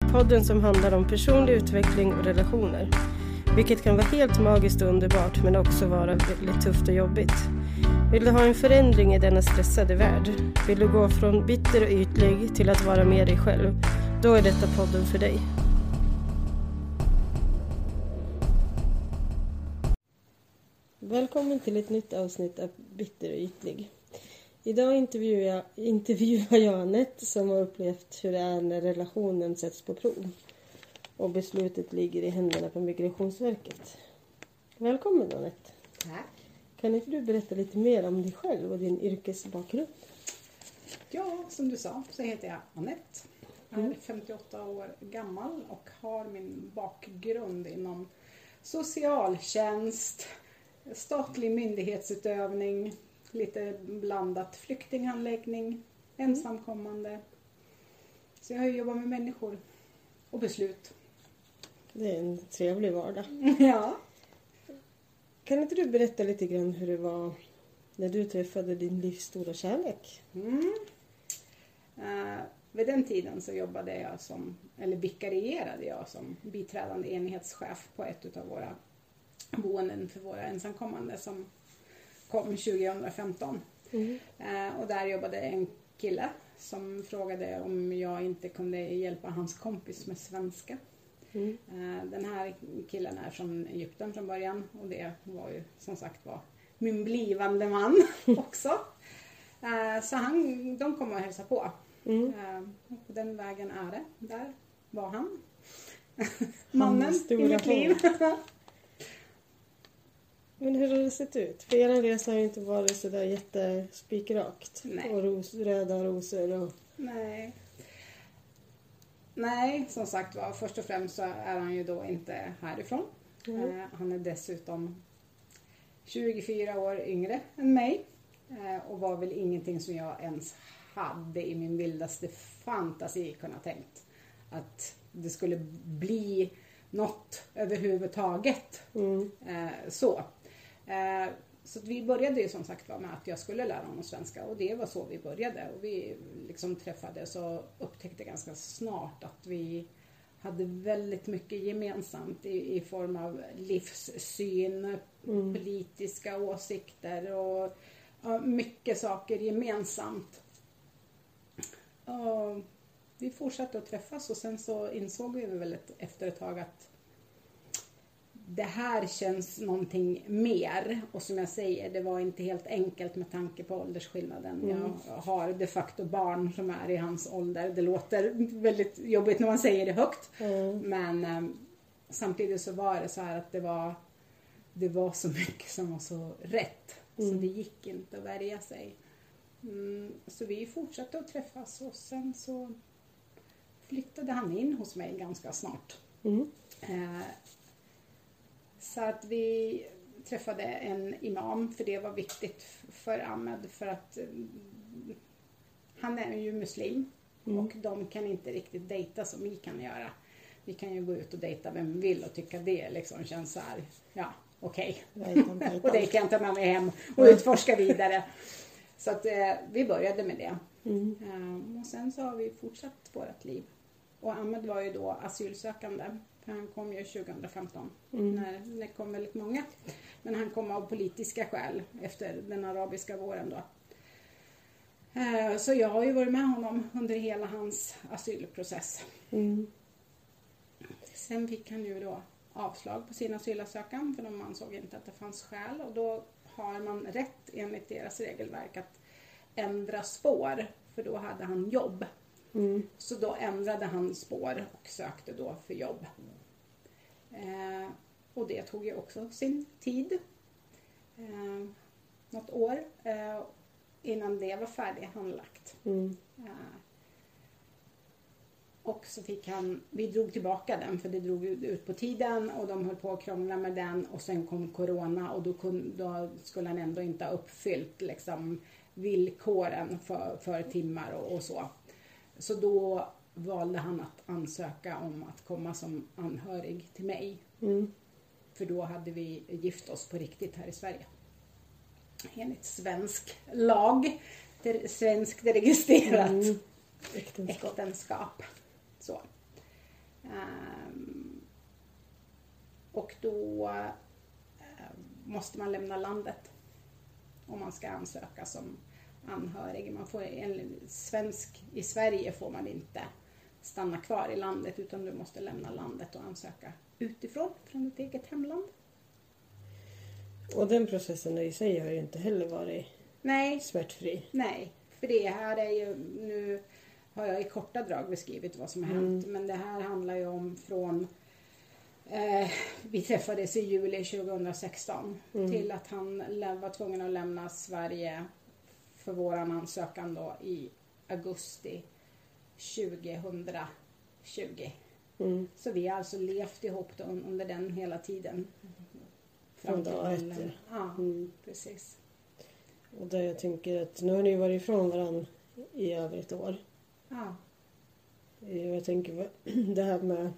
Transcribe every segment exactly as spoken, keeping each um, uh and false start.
Podden som handlar om personlig utveckling och relationer. Vilket kan vara helt magiskt och underbart men också vara väldigt tufft och jobbigt. Vill du ha en förändring i denna stressade värld? Vill du gå från bitter och ytlig till att vara med dig själv? Då är detta podden för dig. Välkommen till ett nytt avsnitt av Bitter och ytlig. Idag intervjuar jag, intervjuar jag Anette som har upplevt hur det är när relationen sätts på prov. Och beslutet ligger i händerna på Migrationsverket. Välkommen Anette. Tack. Kan inte du berätta lite mer om dig själv och din yrkesbakgrund? Ja, som du sa så heter jag Anette. Jag är femtioåtta år gammal och har min bakgrund inom socialtjänst, statlig myndighetsutövning, lite blandat flyktinganläggning, ensamkommande. Så jag har jobbat med människor och beslut. Det är en trevlig vardag. Ja. Kan inte du berätta lite grann hur det var när du träffade din livs stora kärlek? Mm. Uh, vid den tiden så jobbade jag som, eller vikarierade jag som biträdande enhetschef på ett av våra boenden för våra ensamkommande som kom tjugohundrafemton. Mm. Uh, och där jobbade en kille som frågade om jag inte kunde hjälpa hans kompis med svenska. Mm. Uh, den här killen är från Egypten från början och det var ju som sagt var min blivande man också. Uh, så han, de kom och hälsade på. Mm. Uh, och på den vägen är det. Där var han. Mannen i mitt liv. Men hur har det sett ut? För er resa har ju inte varit så där jättespikrakt. Nej. Och ros, röda rosor och... Nej. Nej, som sagt var. Först och främst så är han ju då inte härifrån. Mm. Uh, han är dessutom tjugofyra år yngre än mig. Uh, och var väl ingenting som jag ens hade i min vildaste fantasi kunnat tänkt. Att det skulle bli något överhuvudtaget. Mm. Uh, så. Uh, så vi började ju som sagt var med att jag skulle lära honom svenska. Och det var så vi började. Och vi liksom träffades och upptäckte ganska snart att vi hade väldigt mycket gemensamt i, i form av livssyn, mm. politiska åsikter och ja, mycket saker gemensamt. Och vi fortsatte att träffas och sen så insåg vi väl ett, efter ett tag att det här känns någonting mer. Och som jag säger, det var inte helt enkelt med tanke på åldersskillnaden. Mm. Jag har de facto barn som är i hans ålder. Det låter väldigt jobbigt när man säger det högt. Mm. Men eh, samtidigt så var det så här att det var, det var så mycket som var så rätt. Mm. Så det gick inte att värja sig. Mm, så vi fortsatte att träffas och sen så flyttade han in hos mig ganska snart. Mm. Eh, Så att vi träffade en imam för det var viktigt för Ahmed för att um, han är ju muslim mm. och de kan inte riktigt dejta som vi kan göra. Vi kan ju gå ut och dejta vem vi vill och tycka det liksom känns så här, ja okej. Okay. Och det kan jag ta med mig hem och utforska vidare. Så att uh, vi började med det. Mm. Um, och sen så har vi fortsatt vårt liv. Och Ahmed var ju då asylsökande. Han kom ju tjugohundrafemton mm. när det kom väldigt många. Men han kom av politiska skäl efter den arabiska våren då. Så jag har ju varit med honom under hela hans asylprocess. Mm. Sen fick han ju då avslag på sin asylansökan för de ansåg inte att det fanns skäl. Och då har man rätt enligt deras regelverk att ändra spår. För då hade han jobb. Mm. Så då ändrade han spår och sökte då för jobb. Eh, och det tog ju också sin tid. Eh, något år eh, innan det var färdighandlagt. Mm. Eh, och så fick han, vi drog tillbaka den för det drog ut på tiden och de höll på att krångla med den och sen kom corona och då, kunde, då skulle han ändå inte ha uppfyllt liksom, villkoren för, för timmar och, och så. Så då valde han att ansöka om att komma som anhörig till mig. Mm. För då hade vi gift oss på riktigt här i Sverige. Enligt svensk lag. Svenskt registrerat. Mm. Äktenskap. Äktenskap. Så. Um, och då uh, måste man lämna landet om man ska ansöka som anhörig. Man får en svensk, i Sverige får man inte stanna kvar i landet, utan du måste lämna landet och ansöka utifrån, från ditt eget hemland. Och den processen i sig har ju inte heller varit Nej. smärtfri. Nej, för det här är ju, nu har jag i korta drag beskrivit vad som har hänt, Mm. men det här handlar ju om från eh, vi träffades i juli tjugohundrasexton Mm. till att han var tvungen att lämna Sverige för våran ansökan då i augusti tjugohundratjugo. Mm. Så vi har alltså levt ihop då under den hela tiden. Från dag ett. till- Ja, Mm. precis. Och där jag tänker att nu har ni varit ifrån varandra i över ett år. Ja. Eh, Jag tänker vad- det här med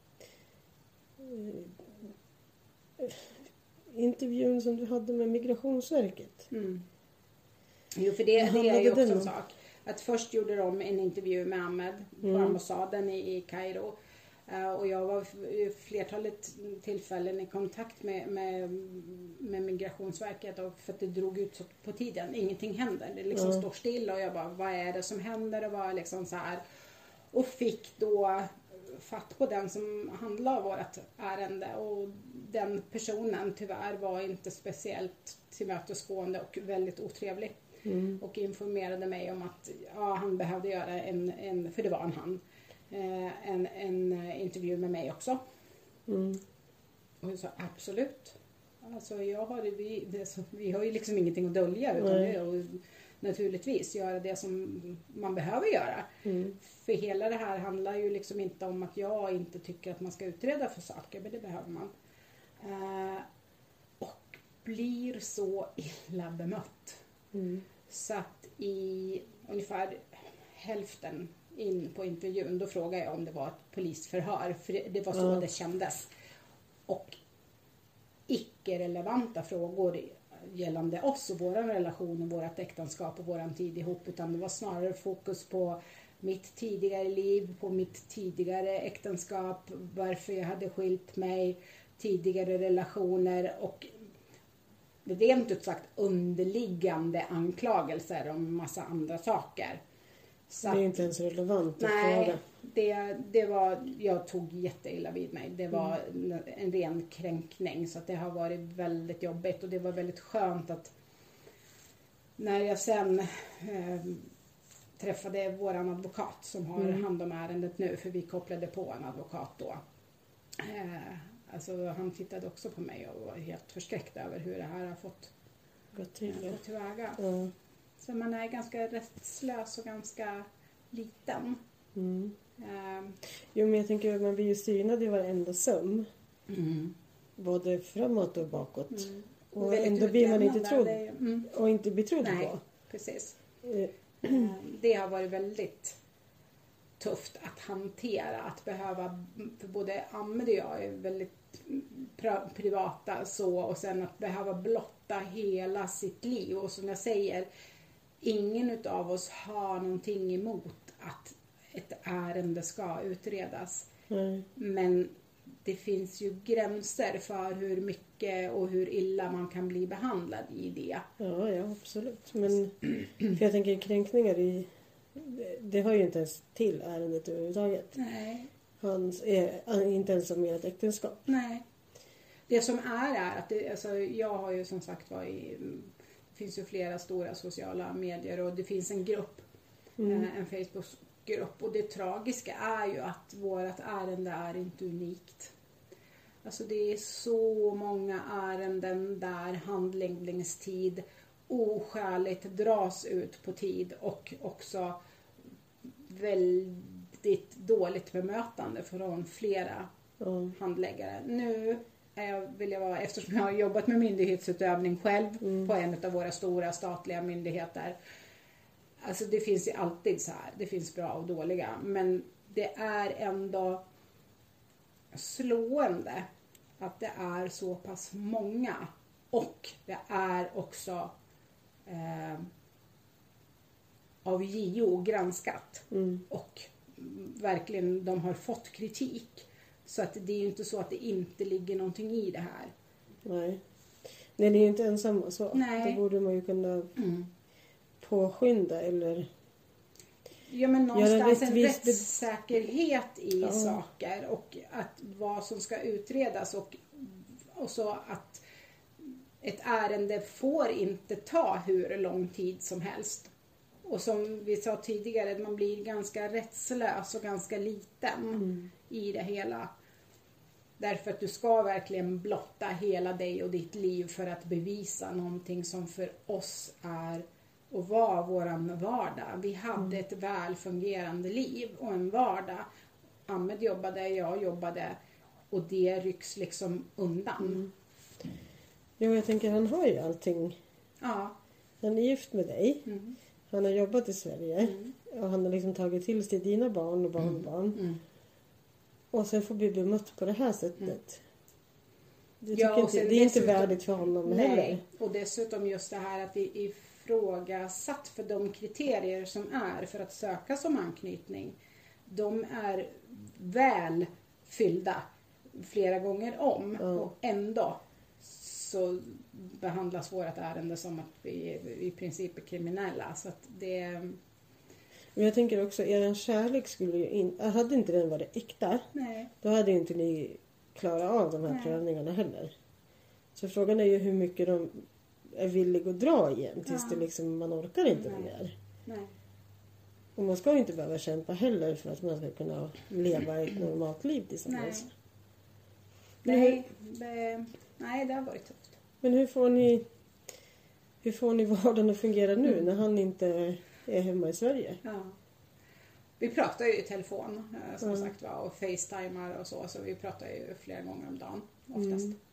eh, intervjun som du hade med Migrationsverket. Mm. Jo, för det, Vad det är ju handlade också den en om? sak. Att först gjorde de en intervju med Ahmed på Mm. ambassaden i, i Kairo. Eh, och jag var i flertalet tillfällen i kontakt med, med, med Migrationsverket, och för att det drog ut så på tiden. Ingenting händer. Det liksom Mm. står still och jag bara, vad är det som händer? Och var liksom så här. Och fick då fatt på den som handlade om vårt ärende, och den personen tyvärr var inte speciellt tillmötesgående och väldigt otrevlig. Mm. Och informerade mig om att ja, han behövde göra en, en, för det var en han, eh, en, en intervju med mig också. Mm. Och jag sa absolut. Alltså jag har, vi, det, så, vi har ju liksom ingenting att dölja, utan Nej. det är att naturligtvis göra det som man behöver göra. Mm. För hela det här handlar ju liksom inte om att jag inte tycker att man ska utreda för saker, men det behöver man. Eh, och blir så illa bemött. Mm. Så att i ungefär hälften in på intervjun, då frågade jag om det var ett polisförhör. För det, det var så Ja. det kändes. Och icke-relevanta frågor gällande oss och vår relation och vårt äktenskap och våran tid ihop. Utan det var snarare fokus på mitt tidigare liv, på mitt tidigare äktenskap, varför jag hade skilt mig, tidigare relationer och rent ut sagt underliggande anklagelser om massa andra saker. Så Det är inte ens relevant att nej, fråga. det, det var, jag tog jätteilla vid mig. Det var en, en ren kränkning, så att det har varit väldigt jobbigt, och det var väldigt skönt att när jag sen eh, träffade våran advokat som har Mm. hand om ärendet nu, för vi kopplade på en advokat då. Eh, alltså han tittade också på mig och var helt förskräckt över hur det här har fått Gått till. eh, gått tillväga. Ja. Så man är ganska rättslös och ganska liten. Mm. Eh, Jo, men jag tänker att man blir ju synad i varenda söm. mm. Både framåt och bakåt. Mm. Och Väldigt ändå blir man inte utlämnande, trodd. det är ju- mm. Och inte betrodd Nej. på. Precis. Eh, Eh, Det har varit väldigt tufft att hantera, att behöva, för både Ahmed och jag är väldigt pra- privata så, och sen att behöva blotta hela sitt liv, och som jag säger, ingen utav oss har någonting emot att ett ärende ska utredas, nej. men det finns ju gränser för hur mycket och hur illa man kan bli behandlad i det. Ja, ja, absolut. Men för jag tänker kränkningar i... Det, det har ju inte ens till ärendet överhuvudtaget. Nej. Hans är inte ens som ett äktenskap. Nej. Det som är är att det, alltså, jag har ju som sagt var i, det finns ju flera stora sociala medier, och det finns en grupp, Mm. eh, en Facebookgrupp, och det tragiska är ju att vårt ärende är inte unikt. Alltså det är så många ärenden där handläggningstid oskäligt dras ut på tid, och också väldigt dåligt bemötande från flera Ja. handläggare. Nu är jag, vill jag vara, eftersom jag har jobbat med myndighetsutövning själv Mm. på en av våra stora statliga myndigheter. Alltså det finns ju alltid så här, det finns bra och dåliga, men det är ändå slående att det är så pass många, och det är också eh, av J O granskat, Mm. och verkligen de har fått kritik. Så att det är ju inte så att det inte ligger någonting i det här. Nej. Nej, det är ju inte ensamma så. Nej. Då borde man ju kunna mm. påskynda eller... Ja, men någonstans en rättvis... rättssäkerhet i ja. saker och att vad som ska utredas och, och så att ett ärende får inte ta hur lång tid som helst. Och som vi sa tidigare, man blir ganska rättslös och ganska liten mm. i det hela. Därför att du ska verkligen blotta hela dig och ditt liv för att bevisa någonting som för oss är och var våran vardag. Vi hade mm. ett väl fungerande liv och en vardag. Ahmed jobbade, jag jobbade och det rycks liksom undan. Mm. Jo, jag tänker han har ju allting. Ja. Han är gift med dig. Mm. Han har jobbat i Sverige. Mm. Och han har liksom tagit till sig dina barn och barnbarn. Mm. Mm. Och sen får bli bemött på det här sättet. Mm. Det, ja, inte, det är dessutom, inte värdigt för honom nej, heller. Och dessutom just det här att vi ifrågasatt för de kriterier som är för att söka som anknytning. De är väl fyllda flera gånger om. Mm. Och ändå så behandlas vårt ärende som att vi i princip är kriminella. Så att det... Men jag tänker också, er kärlek skulle ju inte... Hade inte den varit äkta, nej. Då hade ju inte ni klarat av de här nej. prövningarna heller. Så frågan är ju hur mycket de är villiga att dra igen tills ja. det liksom, man orkar inte nej. mer. Nej. Och man ska ju inte behöva kämpa heller för att man ska kunna leva ett normalt liv tillsammans. Nej, nej, det, nej det har varit tufft. Men hur får ni hur får ni vardagen att fungera nu mm. när han inte är hemma i Sverige? Ja. Vi pratar ju i telefon som mm. sagt var och facetimer och så. Så vi pratar ju flera gånger om dagen oftast. Mm.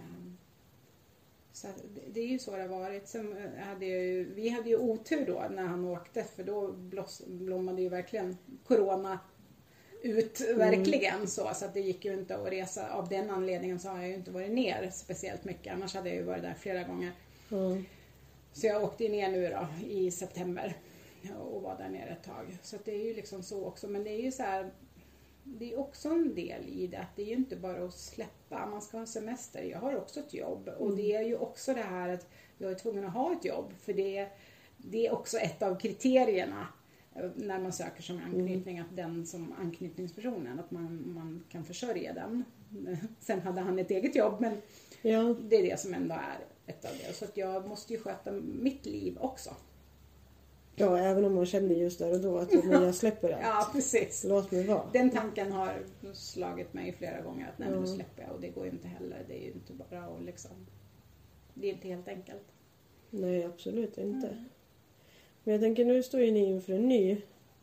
Så det är ju så det har varit. Sen hade jag ju, vi hade ju otur då när han åkte. För då blommade ju verkligen corona ut verkligen mm. så. Så att det gick ju inte att resa. Av den anledningen så har jag ju inte varit ner speciellt mycket. Annars hade jag ju varit där flera gånger. Mm. Så jag åkte ner nu då i september. Och var där nere ett tag. Så att det är ju liksom så också. Men det är ju så här... Det är också en del i det. Det är ju inte bara att släppa. Man ska ha semester. Jag har också ett jobb. Mm. Och det är ju också det här att jag är tvungen att ha ett jobb. För det, det är också ett av kriterierna när man söker som anknytning. Mm. Att den som anknytningspersonen, att man, man kan försörja den. Sen hade han ett eget jobb. Men ja. det är det som ändå är ett av det. Så att jag måste ju sköta mitt liv också. Ja, även om man känner just där och då att men jag släpper allt. Ja, precis. Låt mig vara. Den tanken har slagit mig flera gånger att nej, men nu släpper jag och det går ju inte heller. Det är ju inte bara att liksom... Det är inte helt enkelt. Nej, absolut inte. Mm. Men jag tänker nu står ju ni inför en ny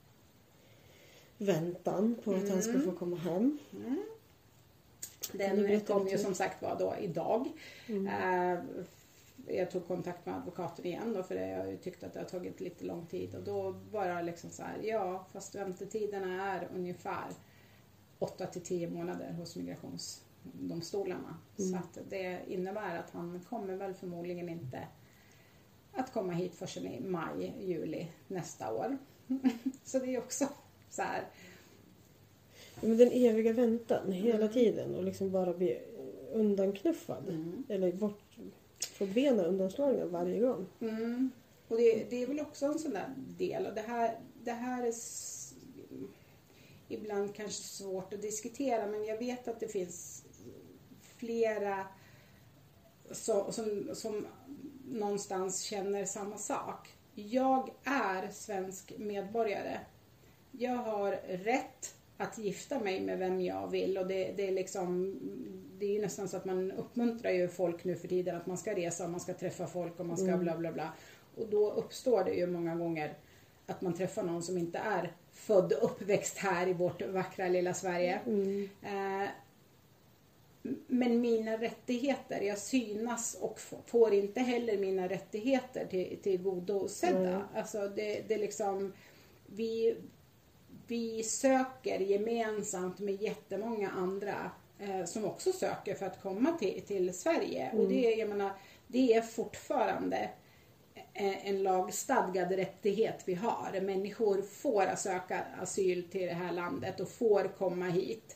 väntan på att mm. han ska få komma hem. Mm. Den kom ju som sagt var då idag. Mm. Uh, Jag tog kontakt med advokaten igen då, för jag tyckte att det har tagit lite lång tid. Och då bara liksom så här, ja fast väntetiderna är ungefär åtta till tio månader hos migrationsdomstolarna. Mm. Så att det innebär att han kommer väl förmodligen inte att komma hit förrän i maj, juli nästa år. Så det är också så här. Men den eviga väntan hela mm. tiden och liksom bara bli undanknuffad. Mm. Eller bort... Få benen undanslagna varje gång. Mm. Och det, det är väl också en sån där del. Och det här, det här är s- ibland kanske svårt att diskutera. Men jag vet att det finns flera så, som, som någonstans känner samma sak. Jag är svensk medborgare. Jag har rätt att gifta mig med vem jag vill. Och det, det är liksom... Det är ju nästan så att man uppmuntrar ju folk nu för tiden att man ska resa och man ska träffa folk och man ska mm. bla bla bla. Och då uppstår det ju många gånger att man träffar någon som inte är född och uppväxt här i vårt vackra lilla Sverige. Mm. Eh, men mina rättigheter, jag synas och får inte heller mina rättigheter till, till godosedda. Mm. Alltså det, det är liksom, vi, vi söker gemensamt med jättemånga andra som också söker för att komma till, till Sverige. Mm. Och det är, jag menar, det är fortfarande en lagstadgad rättighet vi har. Människor får söka asyl till det här landet och får komma hit.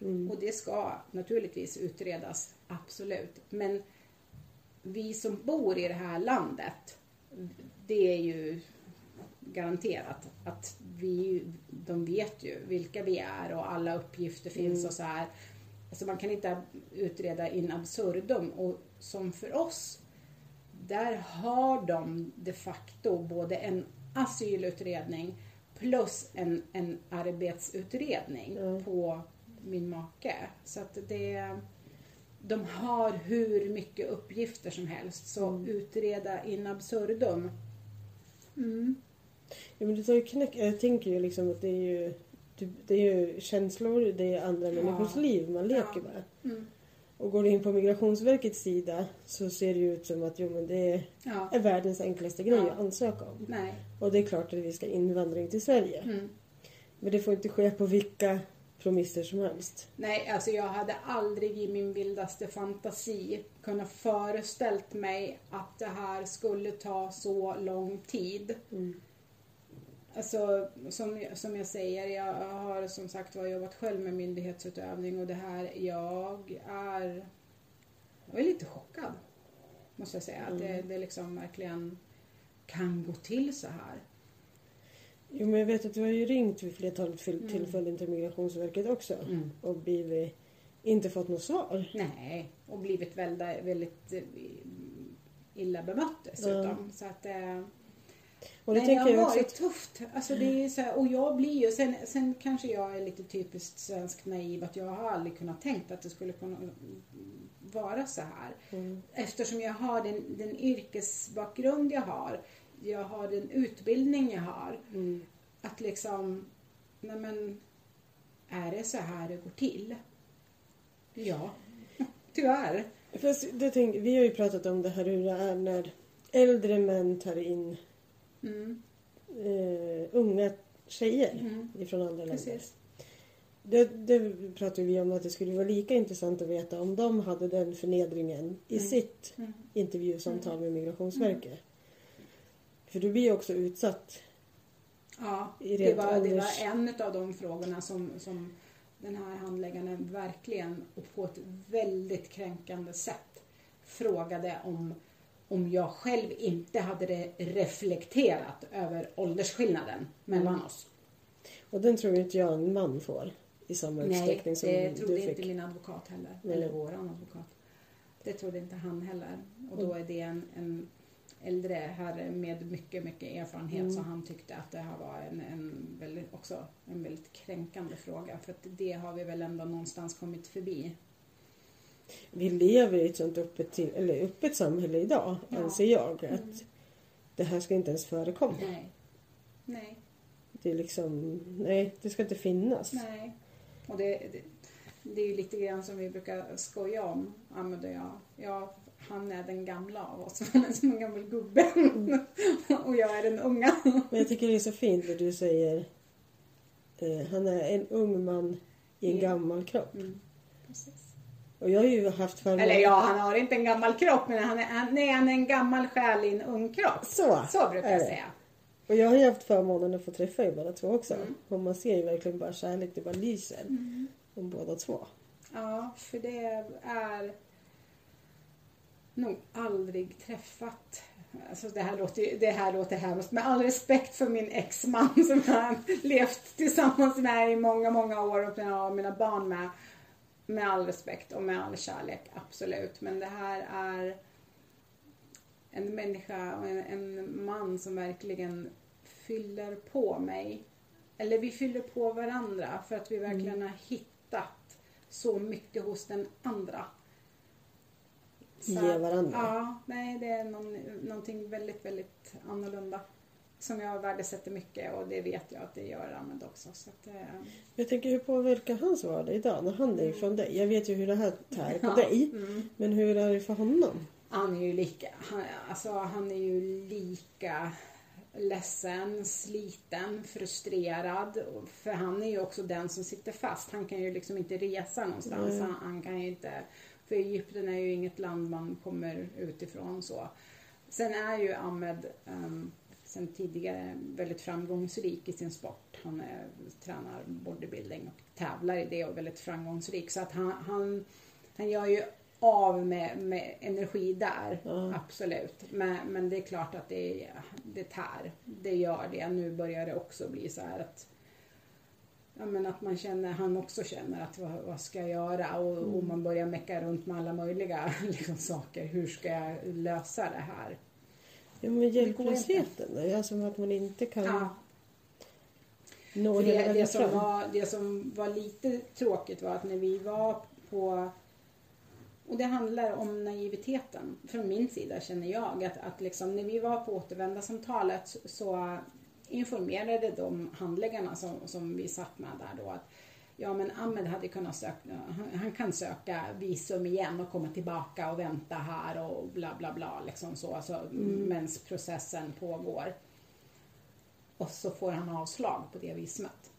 Mm. Och det ska naturligtvis utredas, absolut. Men vi som bor i det här landet, det är ju garanterat att vi, de vet ju vilka vi är och alla uppgifter finns mm. och så här. Alltså man kan inte utreda in absurdum, och som för oss, där har de de facto både en asylutredning plus en, en arbetsutredning mm. på min make. Så att det, de har hur mycket uppgifter som helst, så mm. utreda in absurdum. Mm. Ja, men det tar ju knäck. Jag tänker ju liksom att det är ju, det är ju känslor, det är andra ja. människors liv man leker ja. med. Mm. Och går du in på Migrationsverkets sida så ser det ju ut som att jo, men det är, ja. är världens enklaste grej ja. att ansöka om. Nej. Och det är klart att vi ska invandring till Sverige. Mm. Men det får inte ske på vilka promisser som helst. Nej, alltså jag hade aldrig i min vildaste fantasi kunnat föreställt mig att det här skulle ta så lång tid. Mm. Alltså, som, som jag säger, jag har som sagt var jobbat själv med myndighetsutövning, och det här, jag är, jag är lite chockad, måste jag säga, mm. att det, det liksom verkligen kan gå till så här. Jo, men jag vet att du har ju ringt vid flertalet tillfällen mm. till Migrationsverket också mm. och blivit, inte fått något svar. Nej, och blivit väldigt, väldigt illa bemött dessutom. Mm. Så att och det nej, det har jag varit också... tufft. Alltså det är så här, och jag blir ju, sen, sen kanske jag är lite typiskt svensk naiv, att jag har aldrig kunnat tänkt att det skulle kunna vara så här. Mm. Eftersom jag har den, den yrkesbakgrund jag har, jag har den utbildning jag har. Mm. Att liksom, nej men, är det så här det går till? Ja, tyvärr. Fast det tänk, vi har ju pratat om det här, hur det är när äldre män tar in mm. uh, unga tjejer mm. ifrån andra länder. Precis. Det, det pratade vi om, att det skulle vara lika intressant att veta om de hade den förnedringen i mm. sitt mm. intervjusamtal med Migrationsverket. Mm. För du blir också utsatt. Ja, det var, det var en av de frågorna som, som den här handläggaren verkligen, och på ett väldigt kränkande sätt, frågade om, om jag själv inte hade reflekterat över åldersskillnaden mellan mm. oss. Och den tror inte jag en man får i samma utsträckning som du fick. Nej, det trodde inte min advokat heller. Nej. Eller våran advokat. Det trodde inte han heller. Och då är det en, en äldre herre med mycket, mycket erfarenhet. Mm. Så han tyckte att det här var en, en, väldigt, också en väldigt kränkande fråga. För att det har vi väl ändå någonstans kommit förbi. Vi lever i ett sånt öppet, till, eller öppet samhälle idag, ja. anser jag. Att mm. det här ska inte ens förekomma. Nej. Nej. Det är liksom, nej, det ska inte finnas. Nej. Och det, det, det är ju lite grann som vi brukar skoja om, Ahmed och jag. Ja, han är den gamla av oss. Han är som en gammal gubbe. Mm. Och jag är den unga. Men jag tycker det är så fint när du säger eh, han är en ung man i en ja. gammal kropp. Mm. Precis. Och jag har ju haft förmånen... Eller ja, han har inte en gammal kropp, men han är, han, nej, han är en gammal själ i en ung kropp. Så, så brukar jag säga. Och jag har ju haft förmånen att få träffa er båda två också. Mm. Och man ser ju verkligen bara kärlek, det bara lyser mm. om båda två. Ja, för det är nog aldrig träffat. Alltså det här låter, det här låter hemskt. Med all respekt för min exman som jag har levt tillsammans med i många, många år och mina, mina barn med. Med all respekt och med all kärlek, absolut. Men det här är en människa och en, en man som verkligen fyller på mig. Eller vi fyller på varandra för att vi verkligen mm. har hittat så mycket hos den andra. Så, Ge varandra. Ja, nej, det är någon, någonting väldigt, väldigt annorlunda. Som jag värdesätter mycket, och det vet jag att det gör Ahmed också. Så att, eh... Jag tänker, hur påverkar hans vardag idag när han är mm. från dig? Jag vet ju hur det här tär på ja. dig, mm. men hur är det för honom? Han är ju lika, han, alltså, han är ju lika ledsen, sliten, frustrerad. För han är ju också den som sitter fast. Han kan ju liksom inte resa någonstans. Mm. Han, han kan ju inte, för Egypten är ju inget land man kommer utifrån så. Sen är ju Ahmed... Um, sen tidigare väldigt framgångsrik i sin sport. Han är, tränar bodybuilding och tävlar i det och är väldigt framgångsrik. Så att han, han, han gör ju av med, med energi där, mm. absolut. Men, men det är klart att det, det tär. Det gör det. Nu börjar det också bli så här att ja, men att man känner, han också känner att vad, vad ska jag göra? Och, mm. och man börjar mecka runt med alla möjliga liksom, saker. Hur ska jag lösa det här? Ja, men hjälplösheten. Det är som att man inte kan ja. nå det, hela det, fram. som var, det som var lite tråkigt var att när vi var på... Och det handlar om naiviteten. Från min sida känner jag att, att liksom, när vi var på återvändarsamtalet så informerade de handläggarna som, som vi satt med där då att ja, men Ahmed hade kunnat söka, han, han kan söka visum igen och komma tillbaka och vänta här och bla bla bla liksom så, alltså, mm. medan processen pågår. Och så får han avslag på det visumet.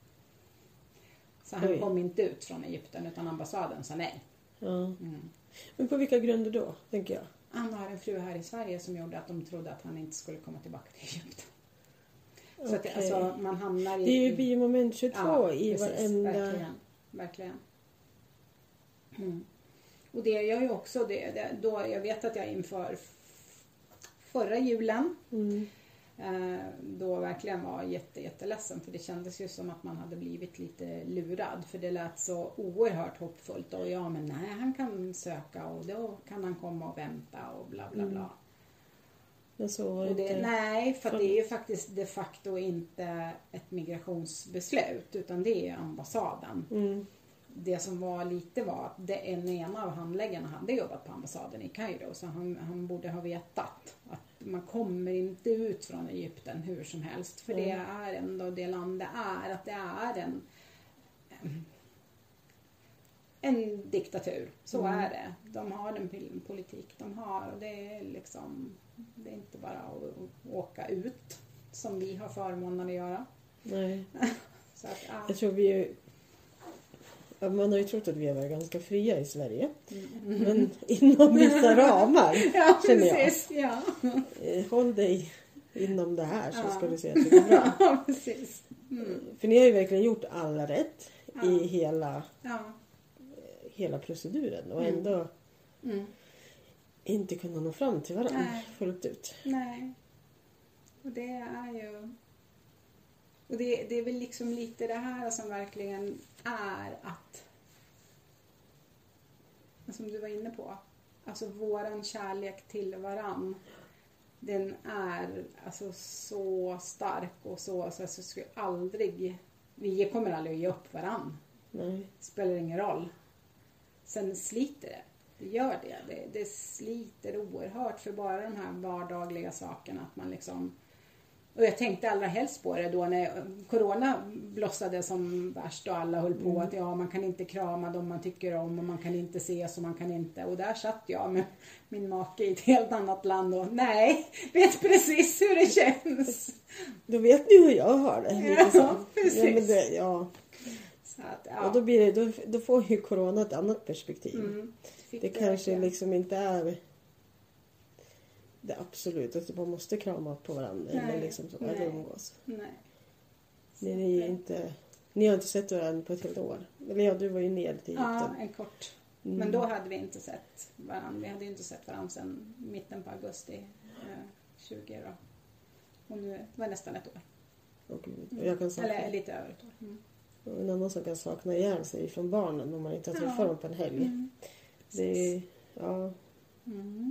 Så han Oj. kom inte ut från Egypten utan ambassaden sa nej. Ja. Mm. Men på vilka grunder då, tänker jag? Han har en fru här i Sverige som gjorde att de trodde att han inte skulle komma tillbaka till Egypten. Så okay. att alltså, man hamnar i... Det är ju biomoment tjugotvå ja, i precis, varenda... Verkligen, verkligen. Mm. Och det gör ju också det, det. Då jag vet att jag inför förra julen mm. eh, då verkligen var jätte, jätteledsen. För det kändes ju som att man hade blivit lite lurad. För det lät så oerhört hoppfullt. Och ja, men nej, han kan söka och då kan han komma och vänta och bla bla bla. Mm. Men så var det, inte... Nej, för det är ju faktiskt de facto inte ett migrationsbeslut utan det är ambassaden. Mm. Det som var lite var att det en ena av handläggarna hade jobbat på ambassaden i Kairo så han, han borde ha vetat att man kommer inte ut från Egypten hur som helst för mm. det är ändå det land det är, att det är en en diktatur, så mm. är det. De har den politik de har och det är liksom det är inte bara att åka ut som vi har förmånen att göra. Nej. Så att, ja. Jag tror vi är, man har ju trott att vi är ganska fria i Sverige. Mm. Men inom vissa ramar. Ja, precis. Ja. Håll dig inom det här så ja. ska du se att det går bra. Ja, precis. Mm. För ni har ju verkligen gjort alla rätt ja. i hela, ja. hela proceduren. Och ändå mm. Mm. inte kunna nå fram till varandra Nej. fullt ut. Nej. Och det är ju... Och det, det är väl liksom lite det här som verkligen är att... Som du var inne på. Alltså våran kärlek till varann. Den är alltså så stark och så... Så alltså, skulle aldrig... Vi kommer aldrig att ge upp varann. Nej. Spelar ingen roll. Sen sliter det. Det gör det. det. Det sliter oerhört för bara de här vardagliga sakerna. Att man liksom... Och jag tänkte allra helst på det då när corona blossade som värst och alla höll på mm. att ja, man kan inte krama dem man tycker om och man kan inte ses och man kan inte. Och där satt jag med min make i ett helt annat land och nej, vet precis hur det känns. Då vet ni hur jag har det. Ja, så. Precis. Ja, men det, ja. Så att, ja. Och då, blir det, då, då får ju corona ett annat perspektiv. Mm. Det, det kanske verkligen. liksom inte är det absolut att man måste krama på varandra nej, eller liksom så, eller umgås. Nej. Ni, ni, är inte, ni har inte sett varandra på ett helt år. Eller ja, du var ju nere till Egypten. Ja, en kort. Mm. Men då hade vi inte sett varandra. Vi hade ju inte sett varandra sedan mitten på augusti eh, tjugo då. Och nu var det nästan ett år. Och, och jag kan sakna, eller lite över ett år. Mm. Och en annan som kan sakna igen sig från barnen om man inte har träffat ja. dem på en helg. Mm. Det är, ja... Mm.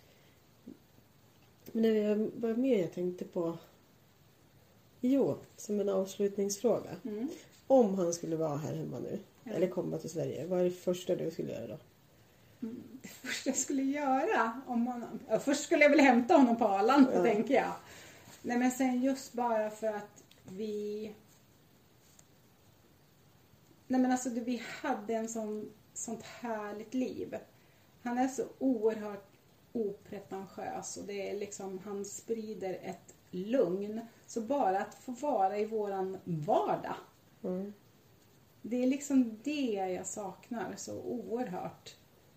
Men det var mer jag tänkte på. Jo, som en avslutningsfråga. Mm. Om han skulle vara här hemma nu. Ja. Eller komma till Sverige. Vad är det första du skulle göra då? Mm. Det första jag skulle göra? Om man, ja, först skulle jag väl hämta honom på Arlanda, ja. tänker jag. Nej, men sen just bara för att vi... Nej, men alltså vi hade en sån, sånt härligt liv. Han är så oerhört opretentiös och det är liksom, han sprider ett lugn. Så bara att få vara i våran vardag. Mm. Det är liksom det jag saknar så oerhört.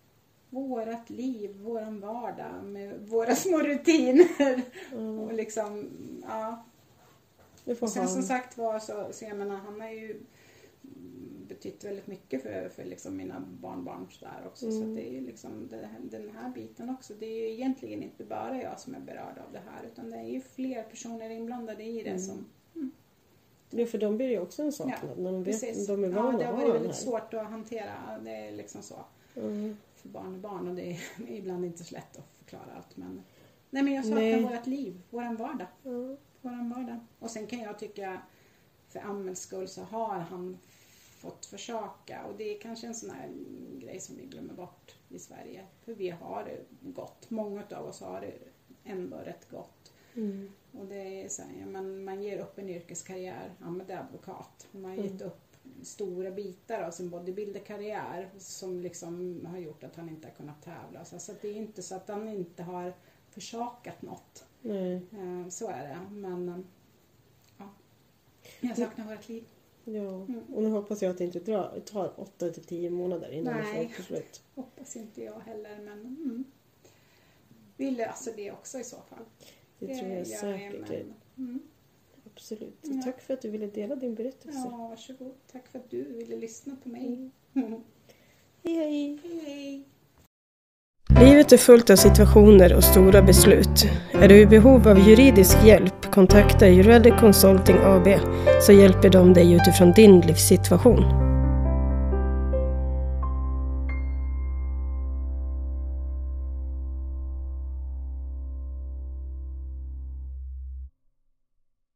vårat liv, våran vardag med våra små rutiner. Mm. Och liksom, ja. Och sen som sagt var så, så jag menar, han har ju betytt väldigt mycket för, för liksom mina barnbarn där också. Mm. Så det är ju liksom det, den här biten också. Det är ju egentligen inte bara jag som är berörd av det här, utan det är ju fler personer inblandade i det mm. som... Mm. Ja, för de blir ju också en saknad. Ja, när de vet, de är vana ja, det har varit väldigt här. svårt att hantera. Det är liksom så. Mm. För barn och barn. Och det är ibland inte så lätt att förklara allt. Men, nej, men jag saknar vårt liv. Våran vardag. Mm. Våran vardag. Och sen kan jag tycka, för Amels skull så har han fått försaka. Och det är kanske en sån här grej som vi glömmer bort i Sverige. För vi har det gott. Många av oss har det ändå rätt gott. Mm. Och det är så här, man, man ger upp en yrkeskarriär. Ahmed är advokat. Man har mm. gett upp stora bitar av sin bodybuilderkarriär som liksom har gjort att han inte har kunnat tävla. Så, så det är inte så att han inte har försakat något. Mm. Så är det. Men ja, jag saknar vårt liv. Ja, mm. och nu hoppas jag att det inte drar, tar åtta till tio månader innan Nej, det får ett beslut. Hoppas inte jag heller, men mm. vi löser det också i så fall. Det, det tror jag, jag säkert. Men, mm. Absolut. Ja. Tack för att du ville dela din berättelse. Ja, varsågod. Tack för att du ville lyssna på mig. Mm. Hej, hej. Hej, hej. Livet är fullt av situationer och stora beslut. Är du i behov av juridisk hjälp, kontakta Jurelli Consulting A B så hjälper de dig utifrån din livssituation.